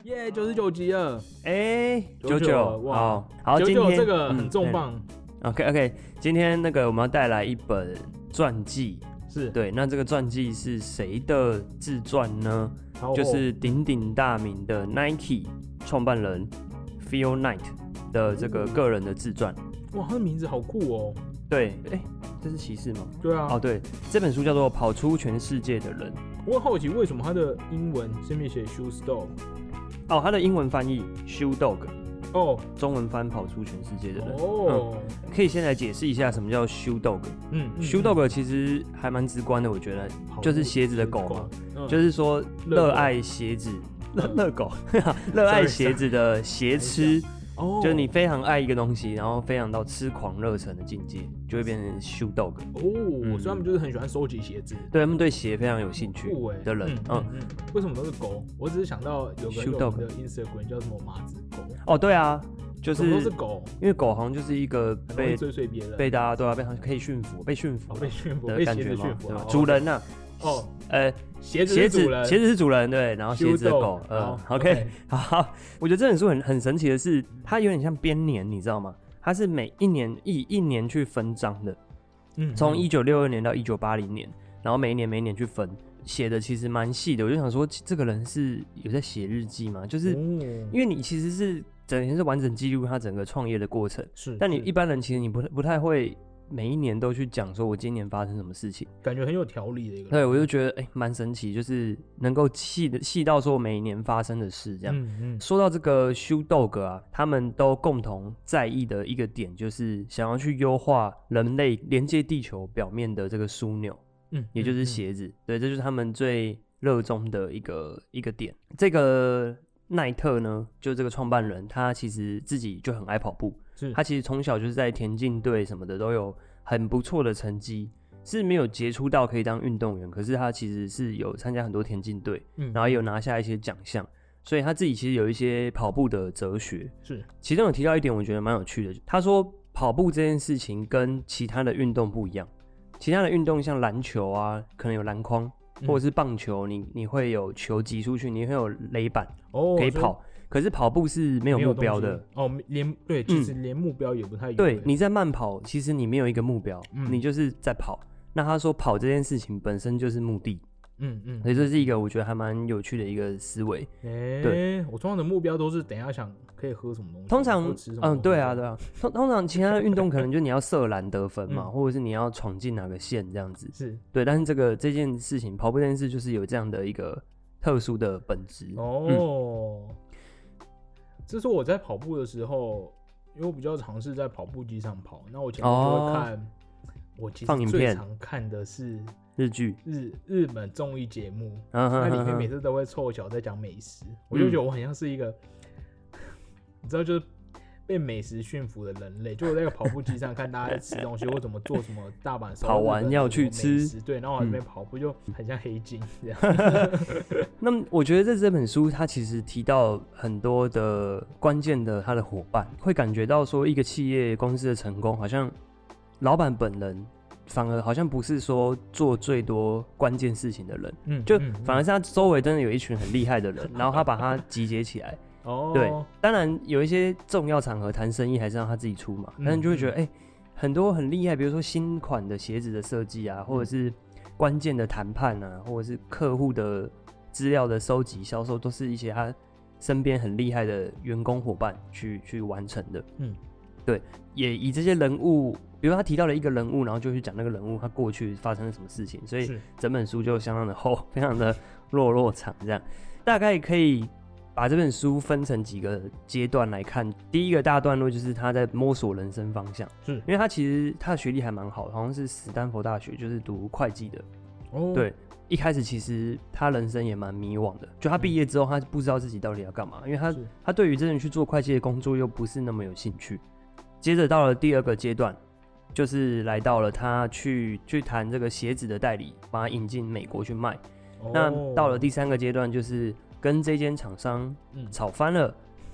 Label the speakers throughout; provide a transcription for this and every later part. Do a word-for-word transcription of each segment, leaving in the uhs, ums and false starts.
Speaker 1: 耶，九十九集了，
Speaker 2: 哎，九九，
Speaker 1: 哇，
Speaker 2: 好，
Speaker 1: 九九
Speaker 2: 今天
Speaker 1: 这个很重磅。
Speaker 2: 嗯、OK OK， 今天那个我们要带来一本传记，
Speaker 1: 是
Speaker 2: 对，那这个传记是谁的自传呢？就是鼎鼎大名的 Nike 创办人 Phil Knight 的这个个人的自传。
Speaker 1: 哇，他的名字好酷哦。
Speaker 2: 对，哎，这是歧视吗？
Speaker 1: 对啊。
Speaker 2: 哦，对，这本书叫做《跑出全世界的人》。
Speaker 1: 我很好奇，为什么他的英文上面写 Shoe Dog？
Speaker 2: 哦，他的英文翻译 Shoe Dog。
Speaker 1: 哦，
Speaker 2: 中文翻跑出全世界的人。
Speaker 1: 哦、
Speaker 2: 嗯，可以先来解释一下什么叫 Shoe Dog。嗯, 嗯 ，Shoe Dog 其实还蛮直观的，我觉得就是鞋子的狗嘛，嗯、就是说热爱鞋子，热热狗，热爱鞋子的鞋痴。哦，就是你非常爱一个东西，然后非常到痴狂热忱的境界，就会变成 Shoe Dog。
Speaker 1: 哦，嗯、所以他们就是很喜欢收集鞋子，
Speaker 2: 对，他们对鞋非常有兴趣的人。嗯 嗯, 嗯，
Speaker 1: 为什么都是狗？我只是想到有个有名的 Instagram 叫什么马子狗。
Speaker 2: 哦，对啊，就是
Speaker 1: 都是狗，
Speaker 2: 因为狗好像就是一个被
Speaker 1: 追随别人，
Speaker 2: 被大家对啊，被可以驯服，被驯服、
Speaker 1: 哦，被驯服
Speaker 2: 的感觉嘛，
Speaker 1: 对吧？
Speaker 2: 主人呐、啊。
Speaker 1: 哦，
Speaker 2: 呃，
Speaker 1: 鞋子是主人，
Speaker 2: 鞋子是主人，对，然后鞋子的狗，呃 ，OK， 好，我觉得这本书很很神奇的是，它有点像编年，你知道吗？它是每一年以一年去分章的，嗯，从一九六二年到一九八零年，然后每一年每一年去分，写的其实蛮细的。我就想说，这个人是有在写日记吗？就是、嗯、因为你其实是整天是完整记录他整个创业的过程，
Speaker 1: 是，
Speaker 2: 但你一般人其实你不不太会。每一年都去讲说我今年发生什么事情，
Speaker 1: 感觉很有条理的一个人。
Speaker 2: 对，我就觉得哎，蛮、欸、神奇，就是能够细的细到说每一年发生的事这样。嗯嗯。说到这个 Shoe Dog 啊，他们都共同在意的一个点，就是想要去优化人类连接地球表面的这个枢纽，嗯，也就是鞋子。嗯嗯、对，这就是他们最热衷的一个一个点。这个奈特呢，就这个创办人，他其实自己就很爱跑步。他其实从小就是在田径队什么的都有很不错的成绩，是没有杰出到可以当运动员，可是他其实是有参加很多田径队，嗯，然后也有拿下一些奖项，所以他自己其实有一些跑步的哲学。是，其中有提到一点我觉得蛮有趣的，他说跑步这件事情跟其他的运动不一样，其他的运动像篮球啊，可能有篮筐，或者是棒球，你你会有球击出去，你会有垒板，哦，可以跑。可是跑步是没有目标的
Speaker 1: 哦，连对，其实连目标也不太有、嗯。
Speaker 2: 对，你在慢跑，其实你没有一个目标，嗯、你就是在跑。那他说跑这件事情本身就是目的，嗯嗯，所以这是一个我觉得还蛮有趣的一个思维。
Speaker 1: 欸、对，我通常的目标都是等一下想可以喝什么东西，
Speaker 2: 通常
Speaker 1: 吃什么
Speaker 2: 嗯，对啊对啊，通通常其他的运动可能就你要射篮得分嘛，嗯、或者是你要闯进哪个线这样子，是对。但是这个这件事情，跑步这件事就是有这样的一个特殊的本质哦。嗯，
Speaker 1: 这是我在跑步的时候，因为我比较尝试在跑步机上跑，那我前面就会看，哦、我其实最常看的是
Speaker 2: 日剧、
Speaker 1: 日日本综艺节目，嗯、那里面每次都会凑巧在讲美食，嗯、我就觉得我很像是一个，你知道，就是被美食驯服的人类，就我在那个跑步机上看大家在吃东西，或怎么做什么大阪烧，
Speaker 2: 跑完要去吃，
Speaker 1: 对，然后我在那边跑步就很像黑金这样。
Speaker 2: 那么我觉得在这本书，它其实提到很多的关键的他的伙伴，会感觉到说一个企业公司的成功，好像老板本人反而好像不是说做最多关键事情的人，嗯，就反而是他周围真的有一群很厉害的人，然后他把他集结起来。哦，对，当然有一些重要场合谈生意还是让他自己出嘛，嗯、但是你就会觉得，哎、欸，很多很厉害，比如说新款的鞋子的设计啊，或者是关键的谈判啊，或者是客户的资料的收集、销售，都是一些他身边很厉害的员工伙伴去去完成的。嗯，对，也以这些人物，比如他提到了一个人物，然后就去讲那个人物他过去发生了什么事情，所以整本书就相当的厚，非常的落落长，这样大概可以把这本书分成几个阶段来看。第一个大段落就是他在摸索人生方向，是因为他其实他的学历还蛮好的，好像是史丹佛大学，就是读会计的。哦，对，一开始其实他人生也蛮迷惘的，就他毕业之后，他不知道自己到底要干嘛，因为他他对于真的去做会计的工作又不是那么有兴趣。接着到了第二个阶段，就是来到了他去去谈这个鞋子的代理，把它引进美国去卖。哦、那到了第三个阶段，就是跟这间厂商吵翻了，嗯、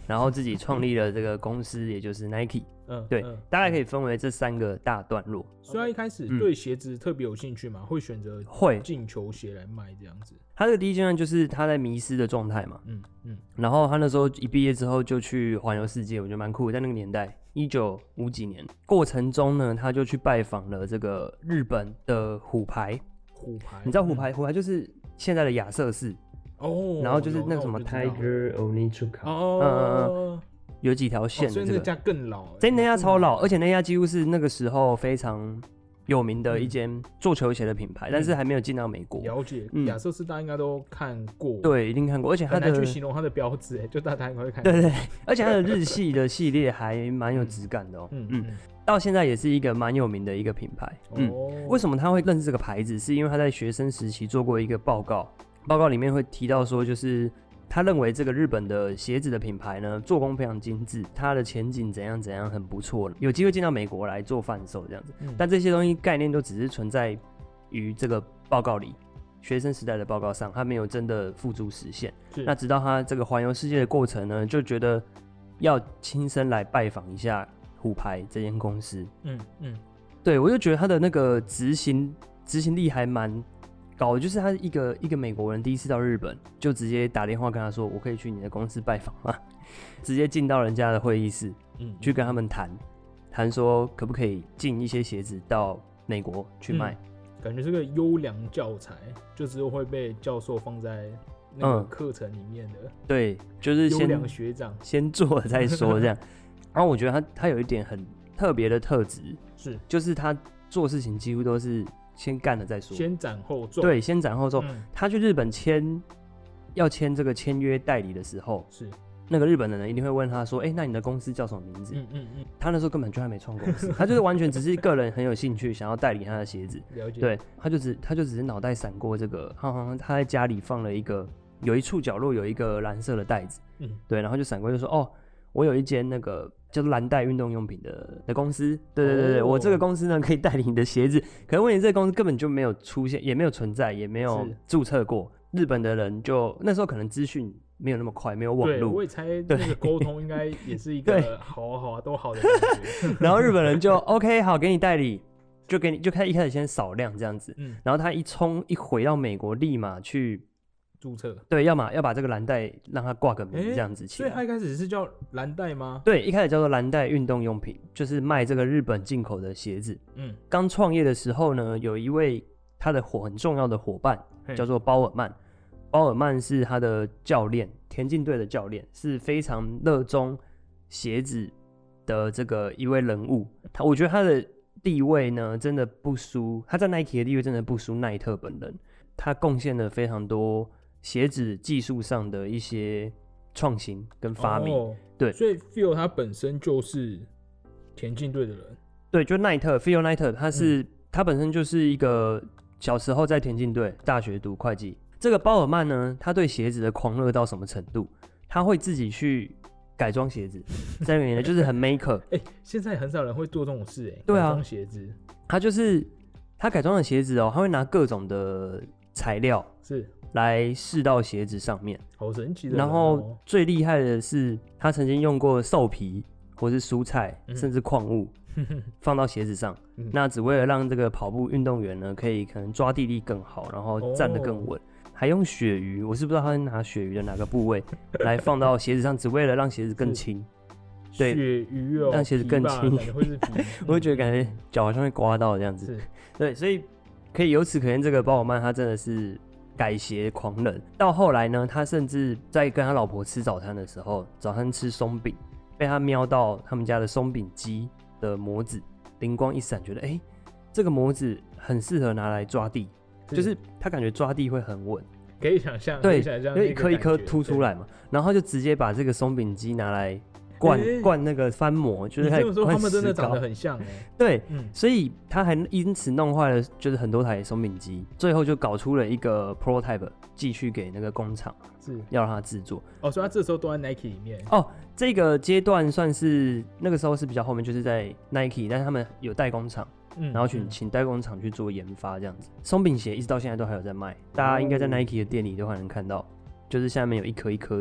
Speaker 2: 然后自己创立了这个公司，也就是 Nike。嗯，对，嗯、大概可以分为这三个大段落。
Speaker 1: 所以他一开始对鞋子特别有兴趣嘛，嗯、会选择
Speaker 2: 会
Speaker 1: 进球鞋来卖这样子。
Speaker 2: 他这个第一阶段就是他在迷失的状态嘛，嗯嗯，然后他那时候一毕业之后就去环游世界，我觉得蛮酷的，在那个年代，一九五几年过程中呢，他就去拜访了这个日本的虎牌。
Speaker 1: 虎牌，
Speaker 2: 你知道虎牌？嗯、虎牌就是现在的亚瑟士
Speaker 1: 哦，
Speaker 2: 然后就是那个什么 Tiger Onitsuka，
Speaker 1: 哦，
Speaker 2: 嗯嗯嗯。有几条线的、
Speaker 1: 这个，所以那家更老，
Speaker 2: 这那家超老，而且那家几乎是那个时候非常有名的一间做球鞋的品牌，嗯、但是还没有进到美国。
Speaker 1: 了解，亚瑟士大家应该都看过，
Speaker 2: 对，一定看过，而且它的
Speaker 1: 去形容它的标志，哎，就大家应该会看
Speaker 2: 过。对对，而且它的日系的系列还蛮有质感的哦，嗯嗯，嗯到现在也是一个蛮有名的一个品牌。嗯，哦、为什么他会认识这个牌子？是因为他在学生时期做过一个报告，报告里面会提到说，就是。他认为这个日本的鞋子的品牌呢，做工非常精致，它的前景怎样怎样很不错，有机会进到美国来做贩售这样子。嗯、但这些东西概念都只是存在于这个报告里，学生时代的报告上，他没有真的付诸实现。那直到他这个环游世界的过程呢，就觉得要亲身来拜访一下虎牌这间公司。嗯嗯，对我就觉得他的那个执行执行力还蛮。搞的就是他一个一个美国人第一次到日本，就直接打电话跟他说：“我可以去你的公司拜访吗？”直接进到人家的会议室，嗯，去跟他们谈，谈说可不可以进一些鞋子到美国去卖。嗯、
Speaker 1: 感觉是个优良教材，就是会被教授放在那个课程里面的。嗯、
Speaker 2: 对，就是先
Speaker 1: 优良学长
Speaker 2: 先做了再说这样。然后我觉得他他有一点很特别的特质，是就是他做事情几乎都是。先干了再说，
Speaker 1: 先斩后奏。
Speaker 2: 对，先斩后奏。嗯、他去日本签要签这个签约代理的时候，是那个日本的人一定会问他说：“哎、欸，那你的公司叫什么名字？”嗯嗯嗯。他那时候根本就还没创公司，他就是完全只是个人很有兴趣，想要代理他的鞋子。
Speaker 1: 了解。
Speaker 2: 对，他就只他就只是脑袋闪过这个，哈哈，他在家里放了一个，有一处角落有一个蓝色的袋子，嗯，对，然后就闪过就说：“哦，我有一间那个。”就是蓝带运动用品 的, 的公司，对对对对， oh. 我这个公司呢可以代理你的鞋子，可是问题这个公司根本就没有出现，也没有存在，也没有注册过。日本的人就那时候可能资讯没有那么快，没有网络，
Speaker 1: 对，我也猜那个沟通应该也是一个好啊好啊都好的感觉。
Speaker 2: 然后日本人就 OK 好，给你代理，就给你就开一开始先少量这样子，嗯、然后他一冲一回到美国，立马去。
Speaker 1: 注册
Speaker 2: 对，要么要把这个蓝带让它挂个名这样子起来、
Speaker 1: 欸。所以它一开始是叫蓝带吗？
Speaker 2: 对，一开始叫做蓝带运动用品，就是卖这个日本进口的鞋子。嗯，刚创业的时候呢，有一位他的伙很重要的伙伴叫做包尔曼，包尔曼是他的教练，田径队的教练，是非常热衷鞋子的这个一位人物。他我觉得他的地位呢，真的不输他在 Nike 的地位真的不输奈特本人，他贡献了非常多。鞋子技术上的一些创新跟发明，哦、对，
Speaker 1: 所以 Phil 他本身就是田径队的人，
Speaker 2: 对，就奈特 Phil 奈特，他是、嗯、他本身就是一个小时候在田径队，大学读会计。这个包尔曼呢，他对鞋子的狂热到什么程度？他会自己去改装鞋子，在那个年代就是很 maker。
Speaker 1: 哎、欸，现在很少人会做这种事、欸，哎，
Speaker 2: 对啊，
Speaker 1: 改装鞋子，
Speaker 2: 他就是他改装的鞋子哦，他会拿各种的材料是。来试到鞋子上面，
Speaker 1: 好神奇的、哦。
Speaker 2: 然后最厉害的是，他曾经用过兽皮或是蔬菜，嗯、甚至矿物放到鞋子上，嗯、那只为了让这个跑步运动员呢，可以可能抓地力更好，然后站得更稳。哦、还用鳕鱼，我是不知道他拿鳕鱼的哪个部位来放到鞋子上，只为了让鞋子更轻。对，
Speaker 1: 鳕鱼哦，
Speaker 2: 让鞋子更轻，
Speaker 1: 会是皮。
Speaker 2: 我会觉得感觉脚好像会刮到这样子。对，所以可以由此可见，这个包尔曼他真的是。改鞋狂人，到后来呢，他甚至在跟他老婆吃早餐的时候，早餐吃松饼，被他瞄到他们家的松饼机的模子，灵光一闪，觉得哎、欸，这个模子很适合拿来抓地，是就是他感觉抓地会很稳，
Speaker 1: 可以想象，
Speaker 2: 对，
Speaker 1: 因
Speaker 2: 为一颗一颗凸出来嘛，然后就直接把这个松饼机拿来。灌, 欸、灌那个翻模，就是
Speaker 1: 这么说他们真的长得很像哎、欸。
Speaker 2: 对，嗯、所以他还因此弄坏了，就是很多台松饼机，最后就搞出了一个 prototype， 寄去给那个工厂，是要让他制作。
Speaker 1: 哦，所以他这时候都在 Nike 里面。
Speaker 2: 哦，这个阶段算是那个时候是比较后面，就是在 Nike， 但是他们有代工厂，嗯、然后请请代工厂去做研发这样子。松饼鞋一直到现在都还有在卖，大家应该在 Nike 的店里都还能看到，就是下面有一颗一颗的。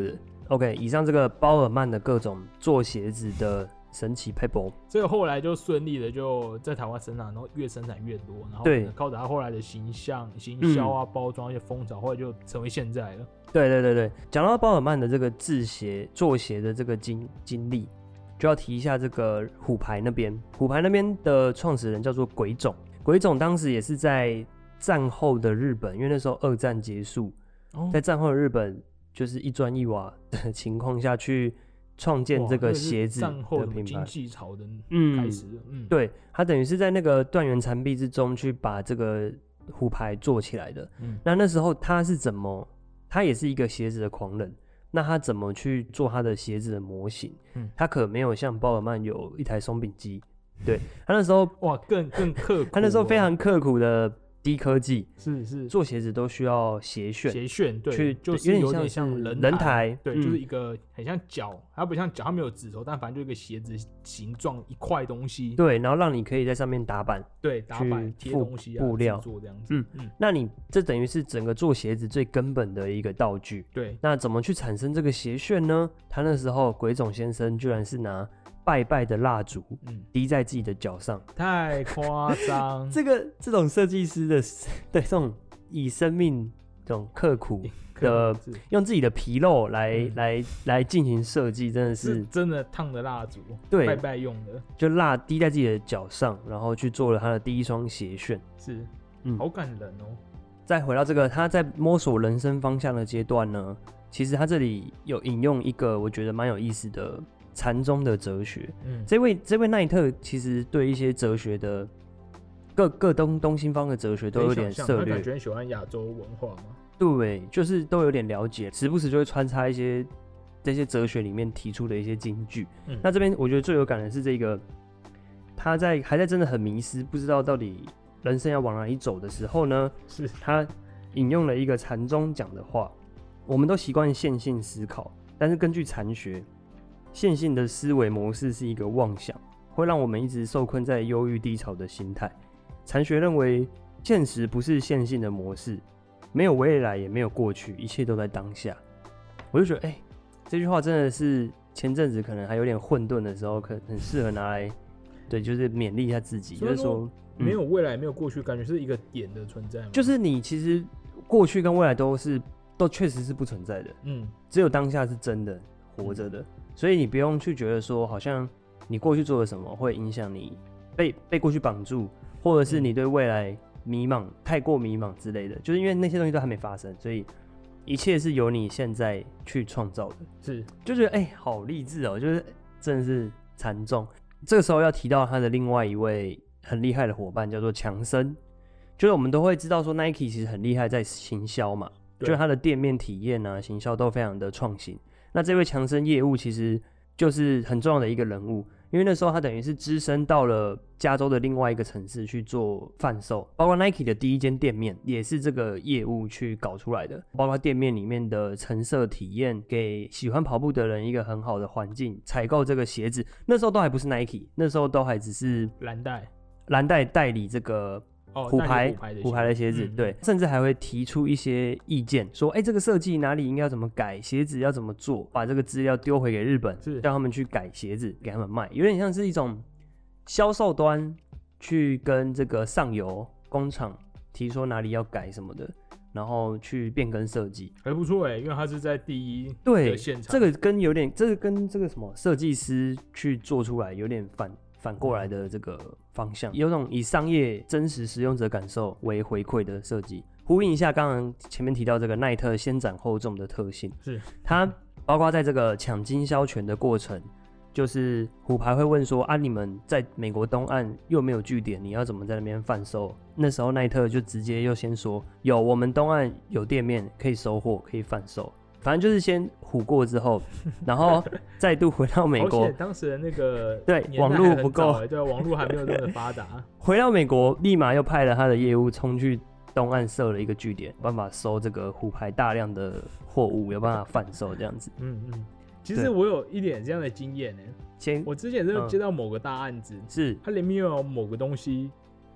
Speaker 2: OK， 以上这个包尔曼的各种做鞋子的神奇 paper，
Speaker 1: 这个后来就顺利的就在台湾生产，然后越生产越多，然后
Speaker 2: 对
Speaker 1: 靠着他后来的形象、行销啊、包装一些风潮，后来就成为现在了。
Speaker 2: 对对对对，讲到包尔曼的这个制鞋、做鞋的这个经经历，就要提一下这个虎牌那边。虎牌那边的创始人叫做鬼冢，鬼冢当时也是在战后的日本，因为那时候二战结束，哦、在战后的日本就是一砖一瓦的情况下去创建这个鞋子的品牌。战后的
Speaker 1: 经济潮的
Speaker 2: 开始了，嗯，嗯对，他等于是在那个断垣残壁之中去把这个虎牌做起来的。嗯，那那时候他是怎么？他也是一个鞋子的狂人，那他怎么去做他的鞋子的模型？嗯，他可没有像包尔曼有一台松饼机，对他那时候
Speaker 1: 哇更更刻苦、哦，
Speaker 2: 他那时候非常刻苦的低科技，
Speaker 1: 是是
Speaker 2: 做鞋子都需要鞋楦，
Speaker 1: 鞋楦对，
Speaker 2: 去
Speaker 1: 就是有点像人
Speaker 2: 人台，
Speaker 1: 对，嗯、就是一个很像脚，它不像脚，它没有指头，但反正就一个鞋子形状一块东西，
Speaker 2: 对，然后让你可以在上面打板，
Speaker 1: 对，打板贴东西啊，
Speaker 2: 布料
Speaker 1: 做这样子，
Speaker 2: 嗯嗯，那你这等于是整个做鞋子最根本的一个道具，
Speaker 1: 对，
Speaker 2: 那怎么去产生这个鞋楦呢？他那时候鬼冢先生居然是拿拜拜的蜡烛，嗯，滴在自己的脚上，
Speaker 1: 太夸张。
Speaker 2: 这个这种设计师的，对这种以生命这种刻苦的，用自己的皮肉来、嗯、来来进行设计，真的是,
Speaker 1: 是真的烫的蜡烛，
Speaker 2: 对，
Speaker 1: 拜拜用的，
Speaker 2: 就蜡滴在自己的脚上，然后去做了他的第一双鞋楦，
Speaker 1: 是，嗯，好感人哦。
Speaker 2: 再回到这个他在摸索人生方向的阶段呢，其实他这里有引用一个我觉得蛮有意思的。禅宗的哲学，嗯，这位这位奈特其实对一些哲学的各各东东西方的哲学都有点涉猎，
Speaker 1: 感觉喜欢亚洲文化吗？
Speaker 2: 对，就是都有点了解，时不时就会穿插一些这些哲学里面提出的一些金句。嗯、那这边我觉得最有感的是这个，他在还在真的很迷失，不知道到底人生要往哪里走的时候呢，
Speaker 1: 是
Speaker 2: 他引用了一个禅宗讲的话：我们都习惯线性思考，但是根据禅学。线性的思维模式是一个妄想，会让我们一直受困在忧郁低潮的心态。禅学认为，现实不是线性的模式，没有未来也没有过去，一切都在当下。我就觉得，哎、欸，这句话真的是前阵子可能还有点混沌的时候，可很适合拿来，对，就是勉励一下自己，就是说，
Speaker 1: 没有未来，没有过去，感觉是一个点的存在吗？
Speaker 2: 就是你其实过去跟未来都是，都确实是不存在的，嗯，只有当下是真的活着的。嗯，所以你不用去觉得说，好像你过去做了什么会影响你被被过去绑住，或者是你对未来迷茫、太过迷茫之类的，就是因为那些东西都还没发生，所以一切是由你现在去创造的。
Speaker 1: 是，
Speaker 2: 就觉得哎、欸，好励志哦，就是真的是禅宗。这个时候要提到他的另外一位很厉害的伙伴，叫做强森。就是我们都会知道说 ，Nike 其实很厉害在行销嘛，就是他的店面体验啊、行销都非常的创新。那这位强森业务其实就是很重要的一个人物，因为那时候他等于是只身到了加州的另外一个城市去做贩售，包括 Nike 的第一间店面也是这个业务去搞出来的，包括店面里面的陈设体验，给喜欢跑步的人一个很好的环境，采购这个鞋子，那时候都还不是 Nike， 那时候都还只是
Speaker 1: 蓝带，
Speaker 2: 蓝带代理这个。
Speaker 1: 哦、
Speaker 2: 虎牌
Speaker 1: 虎
Speaker 2: 牌的鞋子、嗯，对，甚至还会提出一些意见，说，哎、欸，这个设计哪里应该要怎么改，鞋子要怎么做，把这个资料丢回给日本，叫他们去改鞋子给他们卖，有点像是一种销售端去跟这个上游工厂提说哪里要改什么的，然后去变更设计，
Speaker 1: 还不错哎，因为他是在第一
Speaker 2: 对
Speaker 1: 现场，
Speaker 2: 这个跟有点，这个跟这个什么设计师去做出来有点反。反过来的这个方向，有种以商业真实使用者感受为回馈的设计，呼应一下刚刚前面提到这个奈特先斩后奏的特性，
Speaker 1: 是
Speaker 2: 它包括在这个抢经销权的过程，就是虎牌会问说啊，你们在美国东岸又没有据点，你要怎么在那边贩售？那时候奈特就直接又先说，有，我们东岸有店面可以收货，可以贩售。反正就是先唬过之后，然后再度回到美国。
Speaker 1: 当时的那个
Speaker 2: 对网络不够，
Speaker 1: 对网络还没有这么发达。
Speaker 2: 回到美国，立马又派了他的业务冲去东岸设了一个据点，有办法收这个虎牌大量的货物，有办法贩售这样子。
Speaker 1: 嗯嗯，其实我有一点这样的经验呢。先，我之前是接到某个大案子，
Speaker 2: 是、嗯、
Speaker 1: 它里面有某个东西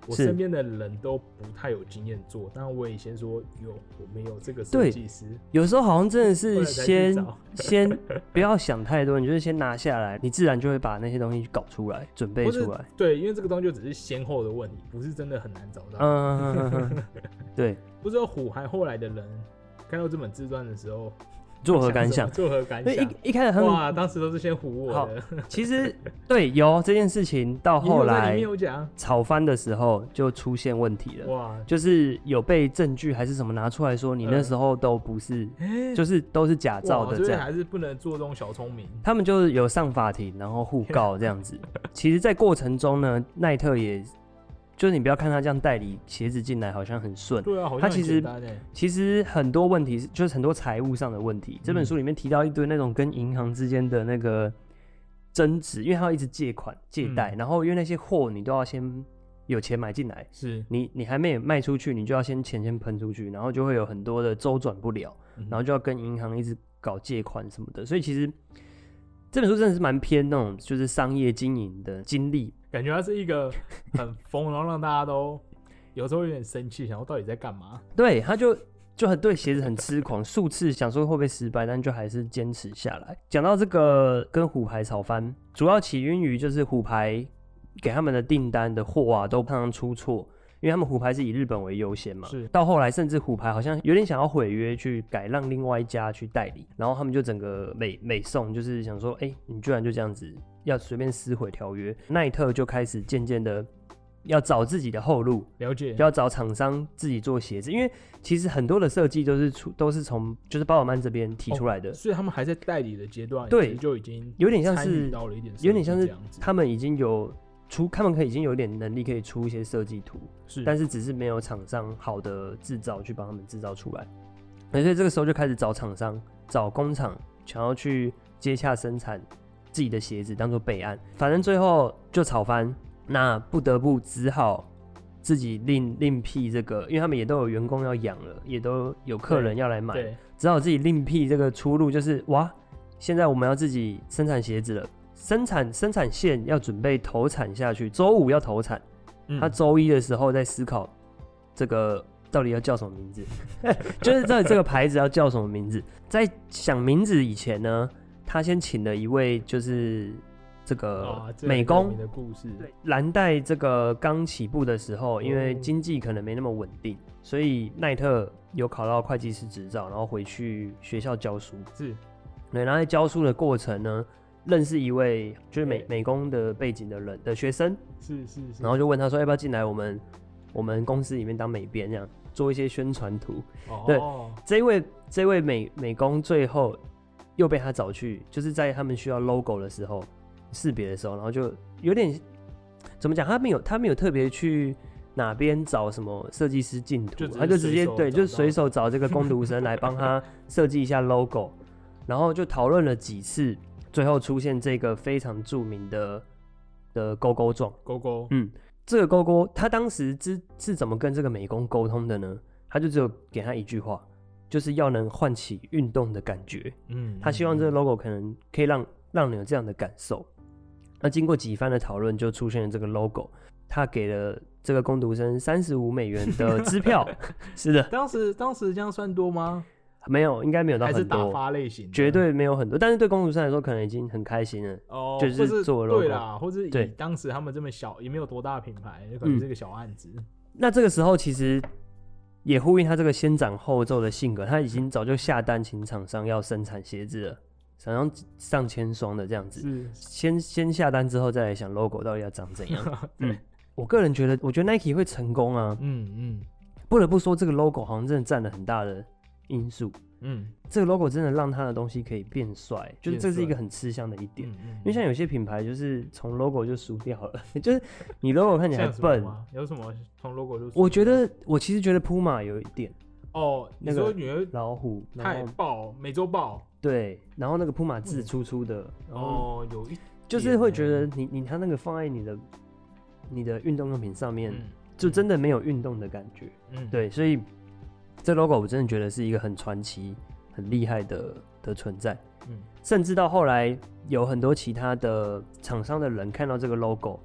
Speaker 1: 我身边的人都不太有经验做，但我也先说有，我们有这个设计师。
Speaker 2: 有时候好像真的是先先不要想太多，你就是先拿下来，你自然就会把那些东西搞出来，准备出来。
Speaker 1: 对，因为这个东西就只是先后的问题，不是真的很难找到。
Speaker 2: 嗯嗯嗯，对。
Speaker 1: 不知道虎还后来的人看到这本自传的时候。
Speaker 2: 作何感想？
Speaker 1: 作何感想？
Speaker 2: 一一开始他们
Speaker 1: 哇，当时都是先唬我的。
Speaker 2: 其实对有这件事情，到后来
Speaker 1: 有讲
Speaker 2: 吵翻的时候就出现问题了。
Speaker 1: 哇，
Speaker 2: 就是有被证据还是什么拿出来说，你那时候都不是，呃、就是都是假造的这样。
Speaker 1: 还是不能做这种小聪明。
Speaker 2: 他们就是有上法庭，然后互告这样子。其实，在过程中呢，奈特也。就是你不要看他这样代理鞋子进来好像很顺，
Speaker 1: 对啊，好像很简单欸。
Speaker 2: 他其实其实很多问题就是很多财务上的问题。嗯、这本书里面提到一堆那种跟银行之间的那个争执，因为他要一直借款借贷、嗯，然后因为那些货你都要先有钱买进来，
Speaker 1: 是
Speaker 2: 你你还没卖出去，你就要先钱先喷出去，然后就会有很多的周转不了、嗯，然后就要跟银行一直搞借款什么的，所以其实这本书真的是蛮偏那种就是商业经营的经历。
Speaker 1: 感觉他是一个很疯，然后让大家都有时候有点生气，想说到底在干嘛？
Speaker 2: 对，他就就很对鞋子很痴狂，数次想说会不会失败，但就还是坚持下来。讲到这个跟虎牌吵翻，主要起因于就是虎牌给他们的订单的货啊都常常出错，因为他们虎牌是以日本为优先嘛。
Speaker 1: 是。
Speaker 2: 到后来甚至虎牌好像有点想要毁约，去改让另外一家去代理，然后他们就整个美美送，就是想说，哎、欸，你居然就这样子。要随便撕毁条约，奈特就开始渐渐的要找自己的后路，
Speaker 1: 了解，
Speaker 2: 就要找厂商自己做鞋子，因为其实很多的设计都是出都是从就是鲍尔曼这边提出来的、
Speaker 1: 哦，所以他们还在代理的阶段，
Speaker 2: 对，
Speaker 1: 就已经
Speaker 2: 有点像是
Speaker 1: 到了一点，
Speaker 2: 有点像是他们已经有出，他们可以已经有一点能力可以出一些设计图，
Speaker 1: 是，
Speaker 2: 但是只是没有厂商好的制造去帮他们制造出来，所以这个时候就开始找厂商、找工厂，想要去接洽生产。自己的鞋子当做备案，反正最后就吵翻，那不得不只好自己另另辟这个，因为他们也都有员工要养了，也都有客人要来买，只好自己另辟这个出路，就是哇，现在我们要自己生产鞋子了，生产生产线要准备投产下去，周五要投产，嗯、他周一的时候在思考这个到底要叫什么名字，就是到底这个牌子要叫什么名字，在想名字以前呢。他先请了一位，就是这个美工
Speaker 1: 的故事。
Speaker 2: 对，蓝带这个刚起步的时候，因为经济可能没那么稳定，所以奈特有考到会计师执照，然后回去学校教书。
Speaker 1: 是，
Speaker 2: 对，然后在教书的过程呢，认识一位就是美美工的背景的人的学生，
Speaker 1: 是是是，
Speaker 2: 然后就问他说要不要进来我们我们公司里面当美编，这样做一些宣传图。哦，对，这一位这位美美工最后。又被他找去，就是在他们需要 logo 的时候，识别的时候，然后就有点怎么讲？他没有，他没有特别去哪边找什么设计师进图，他就直接对，就随手找这个工读生来帮他设计一下 logo， 然后就讨论了几次，最后出现这个非常著名的的勾勾状。
Speaker 1: 勾勾，
Speaker 2: 嗯，这个勾勾，他当时是是怎么跟这个美工沟通的呢？他就只有给他一句话。就是要能唤起运动的感觉，嗯，他希望这个 logo 可能可以让让你有这样的感受。那经过几番的讨论，就出现了这个 logo。他给了这个工读生三十五美元的支票，是的。
Speaker 1: 当时当时这样算多吗？
Speaker 2: 没有，应该没有到很多，
Speaker 1: 还是打发类型的，
Speaker 2: 绝对没有很多。但是对工读生来说，可能已经很开心了。哦，就是做 logo，
Speaker 1: 对啦，或者以当时他们这么小，也没有多大的品牌，就可能是个小案子。
Speaker 2: 嗯、那这个时候其实。也呼应他这个先斩后奏的性格，他已经早就下单请厂商要生产鞋子了，厂商上千双的这样子，是先先下单之后再来想 logo 到底要长怎样。嗯，我个人觉得，我觉得 Nike 会成功啊。嗯嗯，不得不说这个 logo 好像真的占了很大的因素。嗯，这个 logo 真的让他的东西可以变帅，就是这是一个很吃香的一点。嗯嗯、因为像有些品牌就是从 logo 就输掉了，就是你 logo 看起来笨。
Speaker 1: 有什么从 logo 就输掉？
Speaker 2: 我觉得，我其实觉得 Puma 有一点。
Speaker 1: 哦，你说你的
Speaker 2: 老虎
Speaker 1: 太爆，美洲豹。
Speaker 2: 对，然后那个 Puma 字粗粗的。
Speaker 1: 嗯、哦，有一
Speaker 2: 就是会觉得你你他那个放在你的你的运动用品上面，嗯、就真的没有运动的感觉。嗯，对，所以。这 logo 我真的觉得是一个很传奇、很厉害的的存在，嗯，甚至到后来有很多其他的厂商的人看到这个 logo，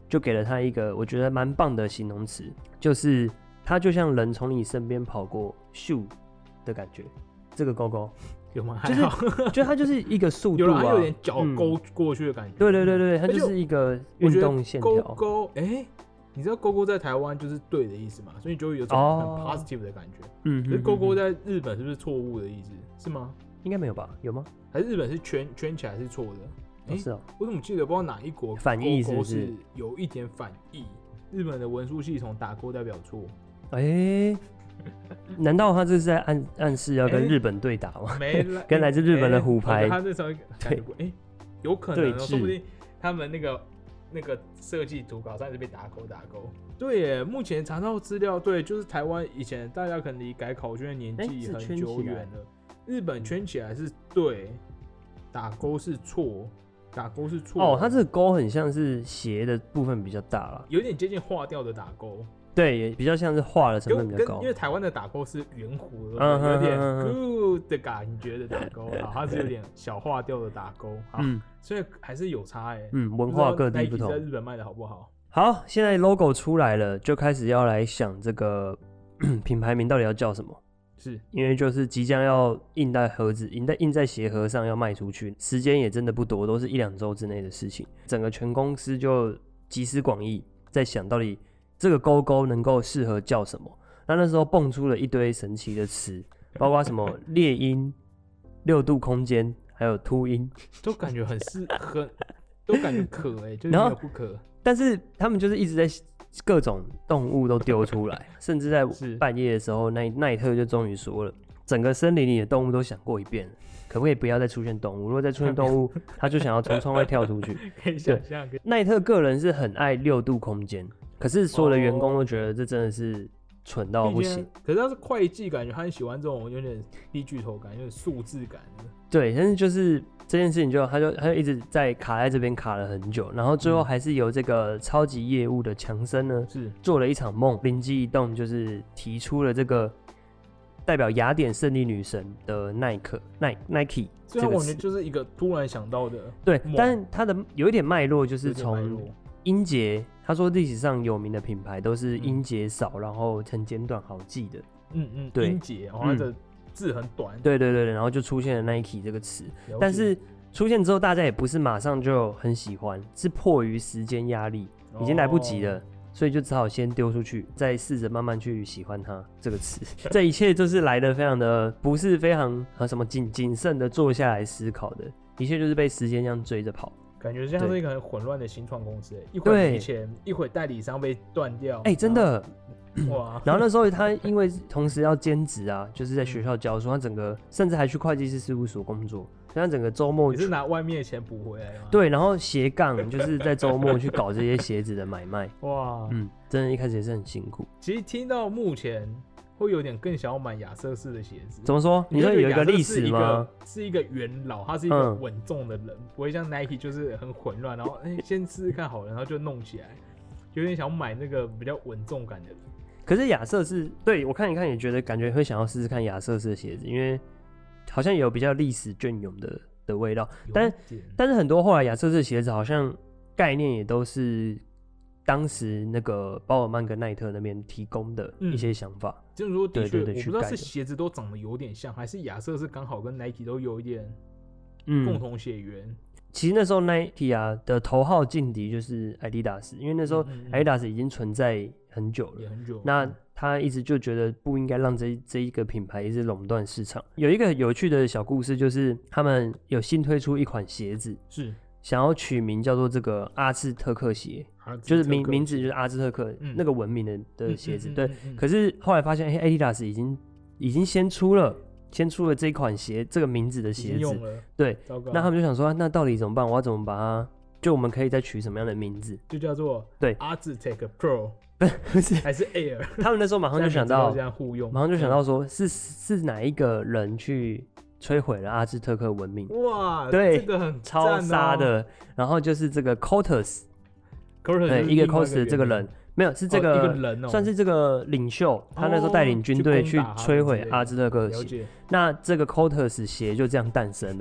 Speaker 2: 就给了他一个我觉得蛮棒的形容词，就是它就像人从你身边跑过咻的感觉。这个勾勾
Speaker 1: 有吗？还好，
Speaker 2: 就是觉得它就是一个速度、啊，
Speaker 1: 有它有点脚勾过去的感觉。
Speaker 2: 嗯、对对对对，它就是一个运动线条。
Speaker 1: 勾勾，哎、欸，你知道勾勾在台湾就是对的意思嘛？所以你就会有种很 positive 的感觉。嗯、哦，可是勾勾在日本是不是错误的意思？是吗？
Speaker 2: 应该没有吧？有吗？
Speaker 1: 还是日本是圈圈起来是错的？
Speaker 2: 哎、欸，是哦。
Speaker 1: 我怎么记得不知道哪一国
Speaker 2: 反义是不是？
Speaker 1: 是有一点反义。日本的文书系统打勾代表错。
Speaker 2: 哎、欸。难道他这是在 暗, 暗示要跟日本对打吗？
Speaker 1: 没、
Speaker 2: 欸，跟来自日本的虎牌。
Speaker 1: 欸、他那时候对，哎、欸，有可能、喔，说不定他们那个那个设计图稿上是被打勾打勾。对耶，目前查到资料，对，就是台湾以前大家可能离改考卷的年纪很久远了。欸、日本圈起来是对，打勾是错，打勾是错。
Speaker 2: 哦，它这个勾很像是斜的部分比较大啦，
Speaker 1: 有点接近划掉的打勾。
Speaker 2: 对，也比较像是画的成分比较高，
Speaker 1: 因为台湾的打勾是圆弧的，嗯、有点 good 的感觉的打勾，好，它是有点小画掉的打勾，好，嗯、所以还是有差哎、欸，
Speaker 2: 嗯，文化各地不同。
Speaker 1: 在日本卖的好不好？
Speaker 2: 好，现在 logo 出来了，就开始要来想这个品牌名到底要叫什么，
Speaker 1: 是
Speaker 2: 因为就是即将要印在盒子，印在印在鞋盒上要卖出去，时间也真的不多，都是一两周之内的事情，整个全公司就集思广益，在想到底。这个勾勾能够适合叫什么？那那时候蹦出了一堆神奇的词，包括什么猎鹰、六度空间，还有秃鹰，
Speaker 1: 都感觉很适，很都感觉可哎、欸，就是没有不可。
Speaker 2: 但是他们就是一直在各种动物都丢出来，甚至在半夜的时候，奈奈特就终于说了，整个森林里的动物都想过一遍了。可不可以不要再出现动物？如果再出现动物，他就想要从窗外跳出去。
Speaker 1: 可以想象。
Speaker 2: 奈特个人是很爱六度空间，可是所有的员工都觉得这真的是蠢到不行。
Speaker 1: 可是他是会计，感觉他很喜欢这种有点低巨头感、有点数字感的。
Speaker 2: 对，但是就是这件事情就，他就他就一直在卡在这边卡了很久，然后最后还是由这个超级业务的强森呢，是做了一场梦，灵机一动，就是提出了这个。代表雅典胜利女神的耐克 Nike，
Speaker 1: 所以我觉得就是一个突然想到的。
Speaker 2: 对，但是它的有一点脉络，就是从音节，他说历史上有名的品牌都是音节少，嗯、然后很简短好记的。
Speaker 1: 嗯嗯，
Speaker 2: 对，
Speaker 1: 音节，然后它的字很短。
Speaker 2: 对对对对，然后就出现了 Nike 这个词，但是出现之后，大家也不是马上就很喜欢，是迫于时间压力，已经来不及了。哦，所以就只好先丢出去，再试着慢慢去喜欢它这个词。这一切就是来的非常的不是非常和什么谨谨慎的坐下来思考的，一切就是被时间这样追着跑。
Speaker 1: 感觉像是一个很混乱的新创公司，一会没钱，一会代理商被断掉。
Speaker 2: 哎、欸，真的。
Speaker 1: 哇！
Speaker 2: 然后那时候他因为同时要兼职啊，就是在学校教书，他整个甚至还去会计师事务所工作，所以他整个周末
Speaker 1: 也是拿外面的钱补回来吗？
Speaker 2: 对，然后斜杠就是在周末去搞这些鞋子的买卖。
Speaker 1: 哇，
Speaker 2: 嗯，真的一开始也是很辛苦。
Speaker 1: 其实听到目前会有点更想要买亚瑟士的鞋子。
Speaker 2: 怎么说？你说有一个历史吗？
Speaker 1: 是一个元老，他是一个稳重的人，嗯、不会像 Nike 就是很混乱，然后、欸、先试试看好了，然后就弄起来，有点想买那个比较稳重感的人。
Speaker 2: 可是亚瑟士，对我看一看也觉得感觉会想要试试看亚瑟士的鞋子，因为好像有比较历史隽永的的味道。但但是很多后来亚瑟士的鞋子好像概念也都是当时那个鲍尔曼跟奈特那边提供的一些想法。
Speaker 1: 嗯、就是说，的确，我不知道是鞋子都长得有点像，还是亚瑟士刚好跟 Nike 都有一点共同血缘。嗯，
Speaker 2: 其实那时候 Nike 啊的头号劲敌就是 Adidas， 因为那时候 Adidas 已经存在很久了，
Speaker 1: 也很久。
Speaker 2: 那他一直就觉得不应该让这这一个品牌一直垄断市场。有一个有趣的小故事，就是他们有新推出一款鞋子，
Speaker 1: 是
Speaker 2: 想要取名叫做这个阿兹特克鞋，就是名名字就是阿兹特克、嗯、那个文明的的鞋子。嗯嗯嗯嗯嗯对，可是后来发现，哎 ，Adidas 已经已经先出了。先出了这款鞋，这个名字的鞋子，对，那他们就想说，那到底怎么办？我要怎么把它？就我们可以再取什么样的名字？
Speaker 1: 就叫做
Speaker 2: 对
Speaker 1: Aztec Pro，
Speaker 2: 不是
Speaker 1: 还是 Air？
Speaker 2: 他们那时候马上就想到，
Speaker 1: 这样互用，
Speaker 2: 马上就想到说，是是哪一个人去摧毁了阿兹特克文明？
Speaker 1: 哇，
Speaker 2: 对，
Speaker 1: 这个很、哦、
Speaker 2: 超杀的。然后就是这个 Cortez，
Speaker 1: 对，
Speaker 2: 一个 Cortez 这个人。没有，是这个、
Speaker 1: 哦、一个人哦，
Speaker 2: 算是这个领袖，他那时候带领军队去摧毁阿兹特克鞋。那这个 Cortez 鞋就这样诞生了。